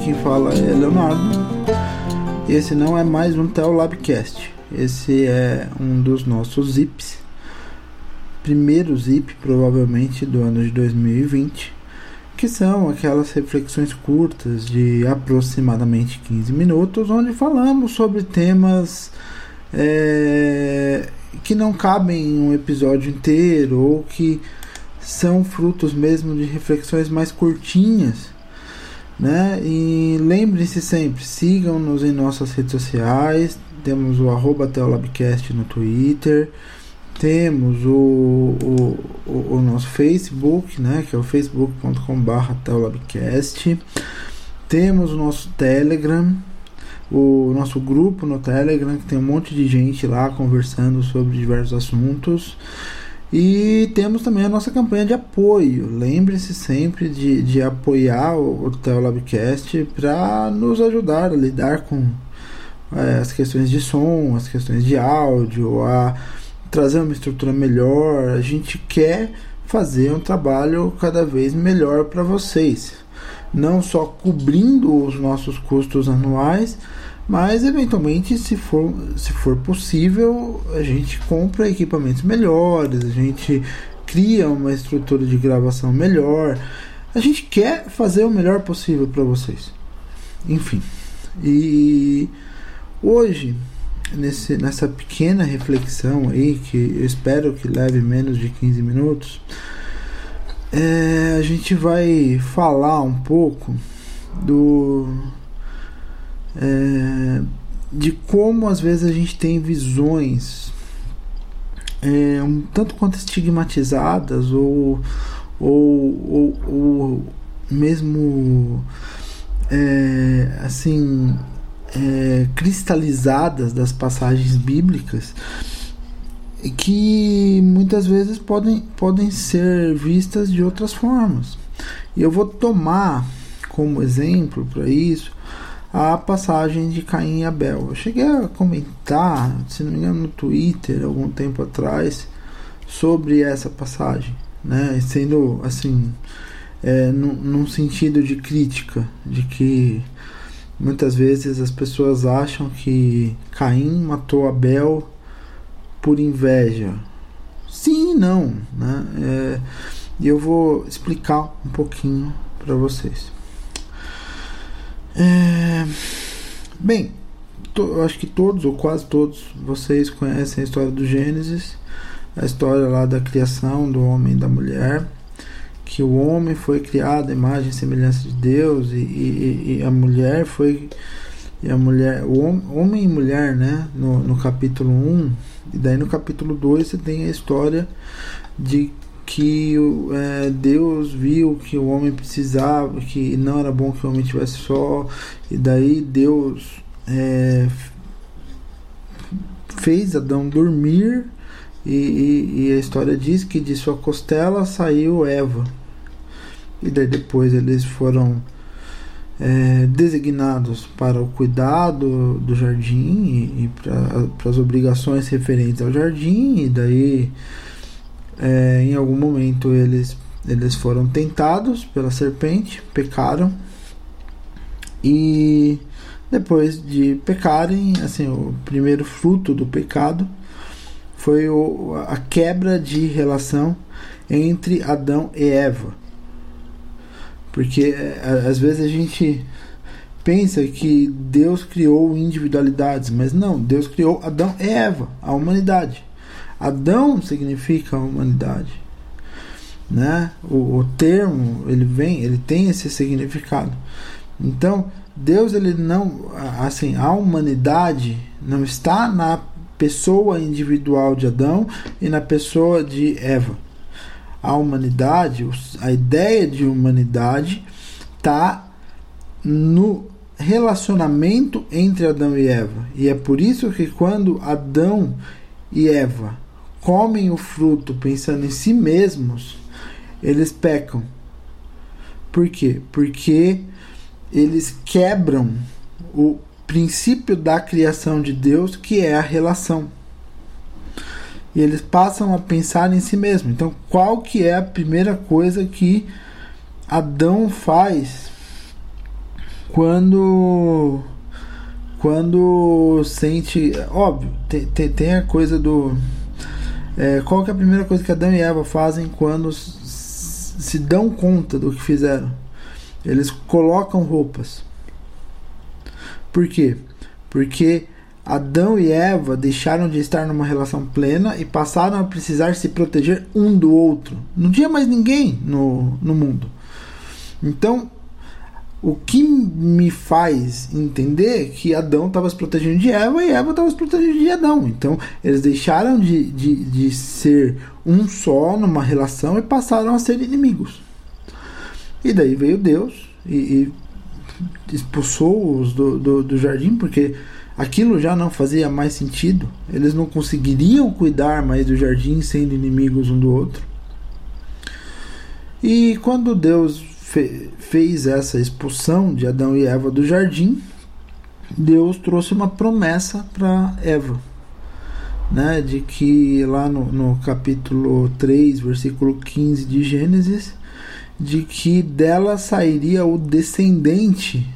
quem fala é Leonardo. Esse não é mais um Teolabcast. Esse é um dos nossos zips. Primeiro zip, provavelmente, do ano de 2020. Que são aquelas reflexões curtas de aproximadamente 15 minutos, onde falamos sobre temas que não cabem em um episódio inteiro, ou que são frutos mesmo de reflexões mais curtinhas, né? E lembrem-se sempre, sigam-nos em nossas redes sociais. Temos o @teolabcast no Twitter, temos o nosso Facebook, né, que é o facebook.com/teolabcast. Temos o nosso Telegram, o nosso grupo no Telegram, que tem um monte de gente lá conversando sobre diversos assuntos. E temos também a nossa campanha de apoio. Lembre-se sempre de apoiar o Teolabcast para nos ajudar a lidar com as questões de som, as questões de áudio, a trazer uma estrutura melhor. A gente quer fazer um trabalho cada vez melhor para vocês, não só cobrindo os nossos custos anuais, mas eventualmente, se for possível, a gente compra equipamentos melhores, a gente cria uma estrutura de gravação melhor. A gente quer fazer o melhor possível para vocês. Enfim, e hoje, nessa pequena reflexão aí, que eu espero que leve menos de 15 minutos, a gente vai falar um pouco de como às vezes a gente tem visões um tanto quanto estigmatizadas ou mesmo cristalizadas das passagens bíblicas, que muitas vezes podem ser vistas de outras formas. E eu vou tomar como exemplo para isso a passagem de Caim e Abel. Eu cheguei a comentar, se não me engano, no Twitter algum tempo atrás sobre essa passagem, né? Sendo assim, num sentido de crítica, de que muitas vezes as pessoas acham que Caim matou Abel por inveja. Sim e não, né? E eu vou explicar um pouquinho para vocês. Bem, eu acho que todos, ou quase todos, vocês conhecem a história do Gênesis, a história lá da criação do homem e da mulher, que o homem foi criado à imagem e semelhança de Deus, e a mulher foi, o homem e mulher, né, no capítulo 1, e daí no capítulo 2 você tem a história de que Deus viu que o homem precisava, que não era bom que o homem estivesse só, e daí Deus fez Adão dormir, e a história diz que de sua costela saiu Eva, e daí depois eles foram designados para o cuidado do jardim e para as obrigações referentes ao jardim, e daí em algum momento eles foram tentados pela serpente, pecaram, e depois de pecarem, assim, o primeiro fruto do pecado foi a quebra de relação entre Adão e Eva. Porque às vezes a gente pensa que Deus criou individualidades, mas não, Deus criou Adão e Eva, a humanidade. Adão significa a humanidade, né? O termo, ele tem esse significado. Então, Deus, ele não, assim, a humanidade não está na pessoa individual de Adão e na pessoa de Eva. A humanidade, a ideia de humanidade está no relacionamento entre Adão e Eva. E é por isso que quando Adão e Eva comem o fruto pensando em si mesmos, eles pecam. Por quê? Porque eles quebram o princípio da criação de Deus, que é a relação. E eles passam a pensar em si mesmos. Então, qual que é a primeira coisa que Adão faz quando sente, óbvio, tem a coisa do qual que é a primeira coisa que Adão e Eva fazem quando se dão conta do que fizeram? Eles colocam roupas. Por quê? Porque Adão e Eva deixaram de estar numa relação plena e passaram a precisar se proteger um do outro. Não tinha mais ninguém no mundo. Então, o que me faz entender que Adão estava se protegendo de Eva e Eva estava se protegendo de Adão. Então, eles deixaram de ser um só numa relação e passaram a ser inimigos. E daí veio Deus e expulsou-os do jardim, porque aquilo já não fazia mais sentido. Eles não conseguiriam cuidar mais do jardim sendo inimigos um do outro. E quando Deus fez essa expulsão de Adão e Eva do jardim, Deus trouxe uma promessa para Eva, né, de que lá no capítulo 3, versículo 15 de Gênesis, de que dela sairia o descendente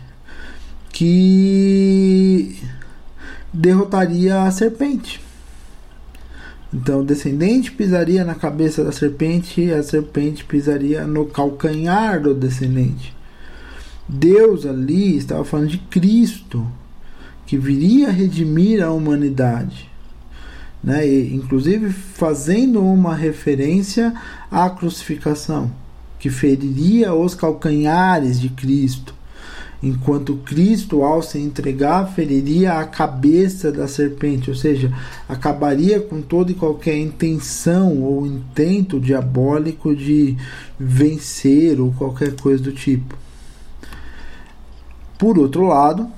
que derrotaria a serpente. Então o descendente pisaria na cabeça da serpente e a serpente pisaria no calcanhar do descendente. Deus ali estava falando de Cristo, que viria redimir a humanidade, né? E, inclusive fazendo uma referência à crucificação, que feriria os calcanhares de Cristo, enquanto Cristo, ao se entregar, feriria a cabeça da serpente, ou seja, acabaria com toda e qualquer intenção ou intento diabólico de vencer ou qualquer coisa do tipo. Por outro lado,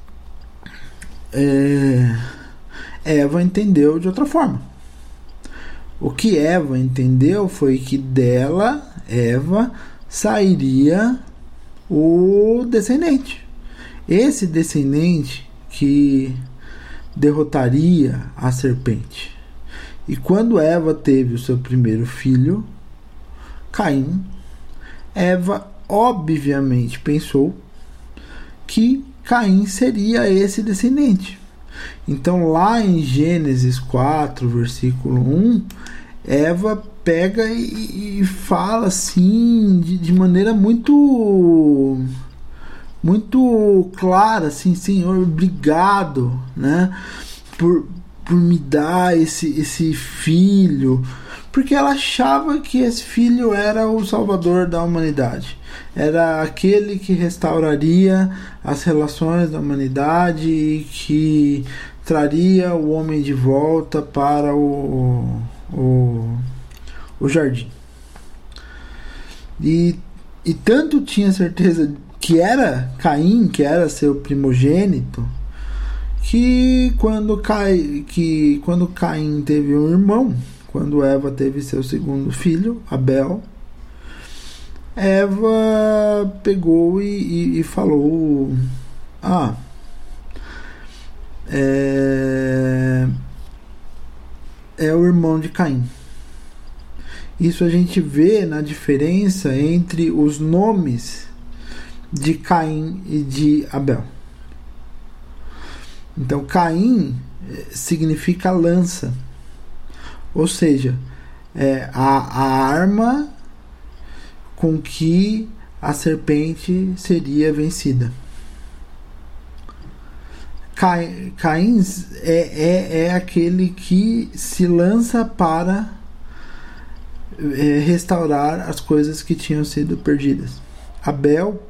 Eva entendeu de outra forma. O que Eva entendeu foi que dela, Eva, sairia o descendente. Esse descendente que derrotaria a serpente. E quando Eva teve o seu primeiro filho, Caim, Eva obviamente pensou que Caim seria esse descendente. Então lá em Gênesis 4, versículo 1, Eva pega e fala assim de maneira muito clara, assim: Senhor, obrigado, né, por me dar esse filho, porque ela achava que esse filho era o salvador da humanidade, era aquele que restauraria as relações da humanidade e que traria o homem de volta para o jardim. E tanto tinha certeza que era Caim, que era seu primogênito, que quando Caim teve um irmão, quando Eva teve seu segundo filho, Abel, Eva pegou e falou: é o irmão de Caim. Isso a gente vê na diferença entre os nomes de Caim e de Abel. Então Caim significa lança, ou seja, a arma com que a serpente seria vencida. Caim é aquele que se lança para restaurar as coisas que tinham sido perdidas. Abel,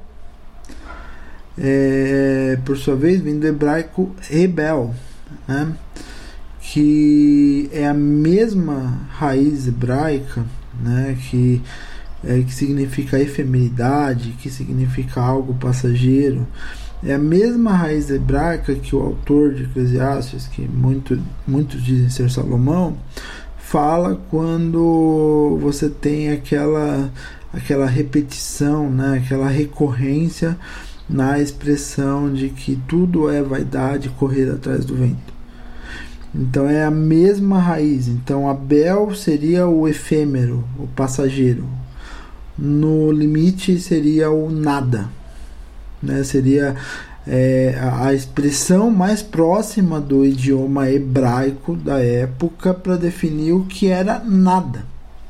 por sua vez, vem do hebraico rebel, né, que é a mesma raiz hebraica, né, que significa efemeridade, que significa algo passageiro. É a mesma raiz hebraica que o autor de Eclesiastes, que muitos dizem ser Salomão, fala quando você tem aquela repetição, né, aquela recorrência na expressão de que tudo é vaidade, correr atrás do vento. Então é a mesma raiz. Então Abel seria o efêmero, o passageiro. No limite seria o nada. né? Seria a expressão mais próxima do idioma hebraico da época para definir o que era nada.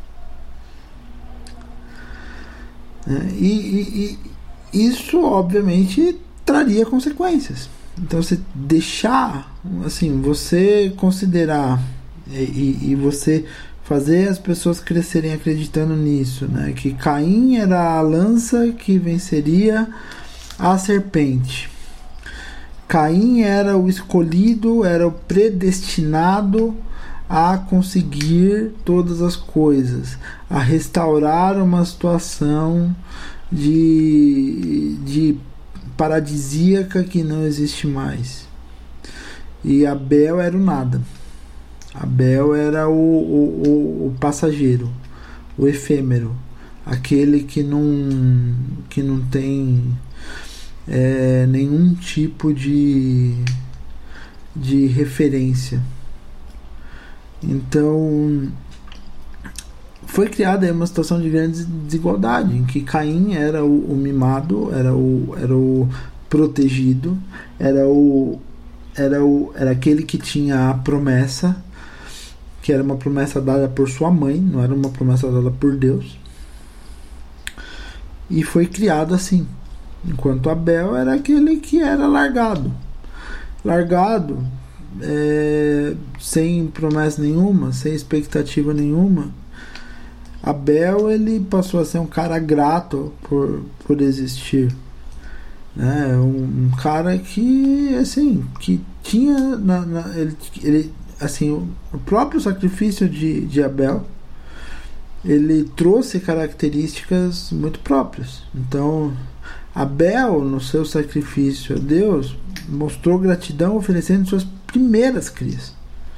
E isso obviamente traria consequências. Então, você deixar, assim, você considerar e você fazer as pessoas crescerem acreditando nisso, né? Que Caim era a lança que venceria a serpente. Caim era o escolhido, era o predestinado a conseguir todas as coisas, a restaurar uma situação de paradisíaca que não existe mais. E Abel era o nada. Abel era o passageiro, o efêmero, aquele que não tem nenhum tipo de referência. Então foi criada aí uma situação de grande desigualdade, em que Caim era o mimado, era o protegido, era aquele que tinha a promessa, que era uma promessa dada por sua mãe, não era uma promessa dada por Deus. E foi criado assim. Enquanto Abel era aquele que era largado, sem promessa nenhuma, sem expectativa nenhuma. Abel, ele passou a ser um cara grato por existir, né? Um cara que, assim, que tinha ele assim, o próprio sacrifício de Abel, ele trouxe características muito próprias. Então, Abel, no seu sacrifício a Deus, mostrou gratidão oferecendo suas primeiras crias.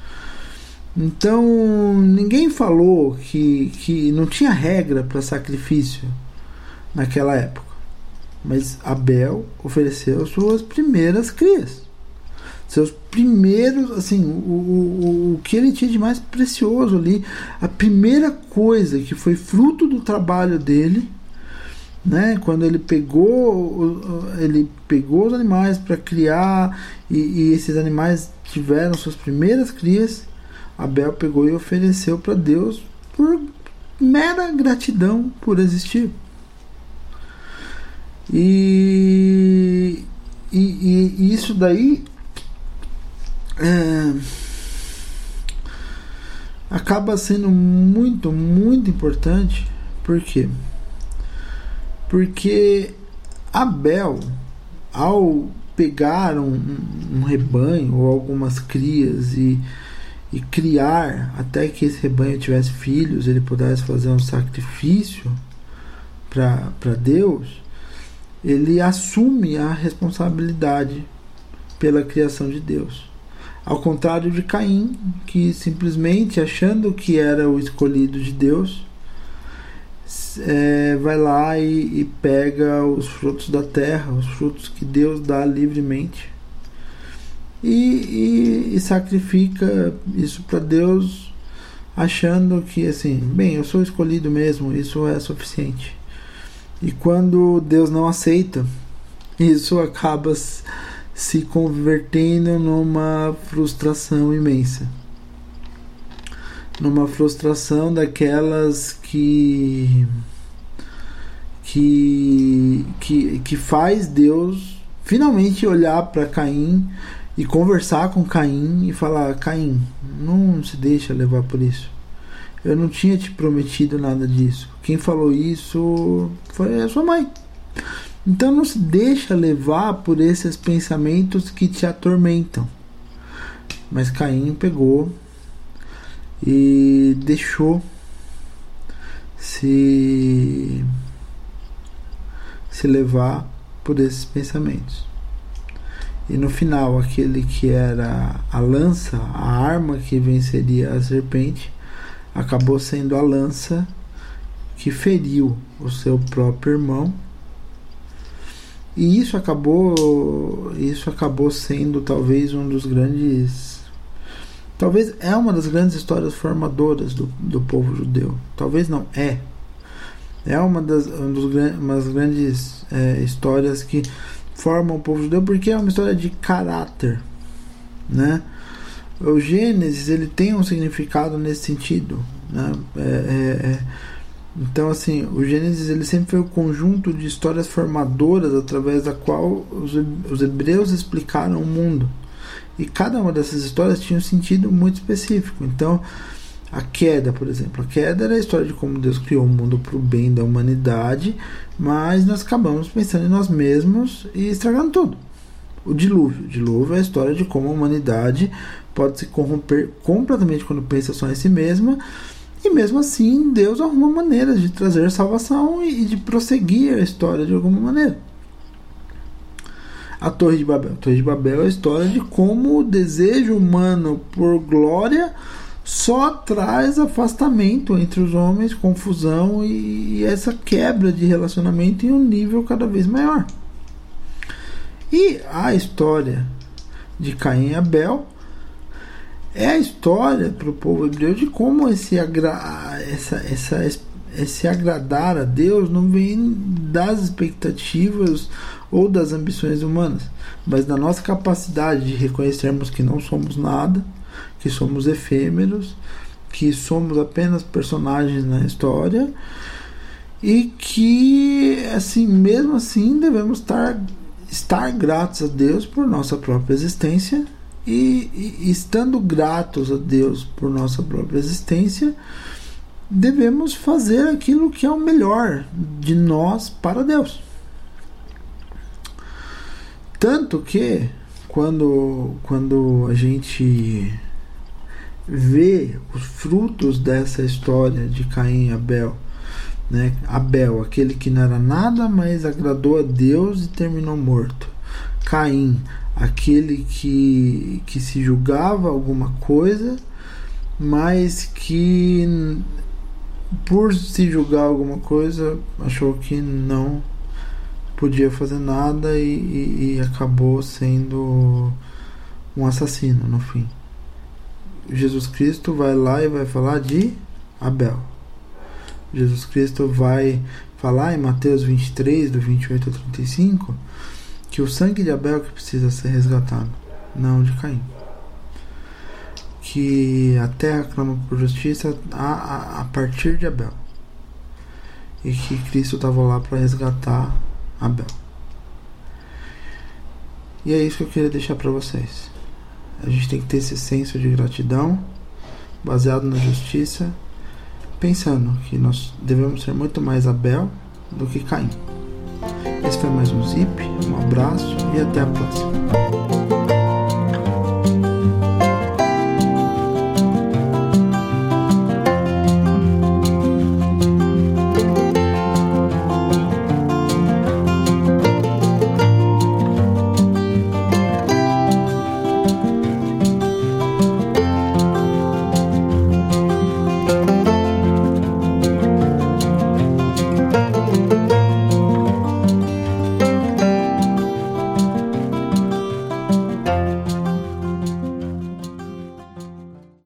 Então, ninguém falou que não tinha regra para sacrifício naquela época. Mas Abel ofereceu suas primeiras crias. Seus primeiros, assim, o que ele tinha de mais precioso ali, a primeira coisa que foi fruto do trabalho dele, né? Quando ele pegou os animais para criar e esses animais tiveram suas primeiras crias, Abel pegou e ofereceu para Deus por mera gratidão por existir. E isso daí acaba sendo muito, muito importante. Por quê? Porque Abel, ao pegar um rebanho ou algumas crias e criar até que esse rebanho tivesse filhos, ele pudesse fazer um sacrifício para Deus, ele assume a responsabilidade pela criação de Deus. Ao contrário de Caim, que simplesmente, achando que era o escolhido de Deus, vai lá e pega os frutos da terra, os frutos que Deus dá livremente, e sacrifica isso para Deus, achando que, assim, bem, eu sou escolhido mesmo, isso é suficiente. E quando Deus não aceita, isso acaba se convertendo numa frustração imensa, numa frustração daquelas que faz Deus finalmente olhar para Caim e conversar com Caim e falar: Caim, não se deixa levar por isso. Eu não tinha te prometido nada disso. Quem falou isso foi a sua mãe. Então não se deixa levar por esses pensamentos que te atormentam. Mas Caim pegou e deixou se levar por esses pensamentos. E no final, aquele que era a lança, a arma que venceria a serpente, acabou sendo a lança que feriu o seu próprio irmão. E isso acabou sendo talvez um dos grandes, talvez é uma das grandes histórias formadoras do povo judeu. Talvez não, é uma das grandes histórias que formam o povo judeu, porque é uma história de caráter, né? O Gênesis, ele tem um significado nesse sentido, né? Então, assim, o Gênesis, ele sempre foi um conjunto de histórias formadoras através da qual os hebreus explicaram o mundo. E cada uma dessas histórias tinha um sentido muito específico. Então, a queda, por exemplo. A queda era a história de como Deus criou o mundo para o bem da humanidade, mas nós acabamos pensando em nós mesmos e estragando tudo. O dilúvio. O dilúvio é a história de como a humanidade pode se corromper completamente quando pensa só em si mesma, e mesmo assim Deus arruma maneiras de trazer salvação e de prosseguir a história de alguma maneira. A Torre de Babel. A Torre de Babel é a história de como o desejo humano por glória só traz afastamento entre os homens, confusão e essa quebra de relacionamento em um nível cada vez maior. E a história de Caim e Abel é a história para o povo hebreu de como esse agradar a Deus não vem das expectativas ou das ambições humanas, mas da nossa capacidade de reconhecermos que não somos nada, que somos efêmeros, que somos apenas personagens na história, e que, assim, mesmo assim devemos estar gratos a Deus por nossa própria existência, e estando gratos a Deus por nossa própria existência, devemos fazer aquilo que é o melhor de nós para Deus. Tanto que quando a gente vê os frutos dessa história de Caim e Abel, né? Abel, aquele que não era nada, mas agradou a Deus e terminou morto. Caim, aquele que se julgava alguma coisa, mas que por se julgar alguma coisa achou que não podia fazer nada e acabou sendo um assassino no fim. Jesus Cristo vai lá e vai falar de Abel. Jesus Cristo vai falar em Mateus 23, do 28 ao 35, que o sangue de Abel que precisa ser resgatado, não de Caim. Que a terra clama por justiça a partir de Abel. E que Cristo estava lá para resgatar Abel. E é isso que eu queria deixar para vocês. A gente tem que ter esse senso de gratidão, baseado na justiça, pensando que nós devemos ser muito mais Abel do que Caim. Esse foi mais um Zip, um abraço e até a próxima.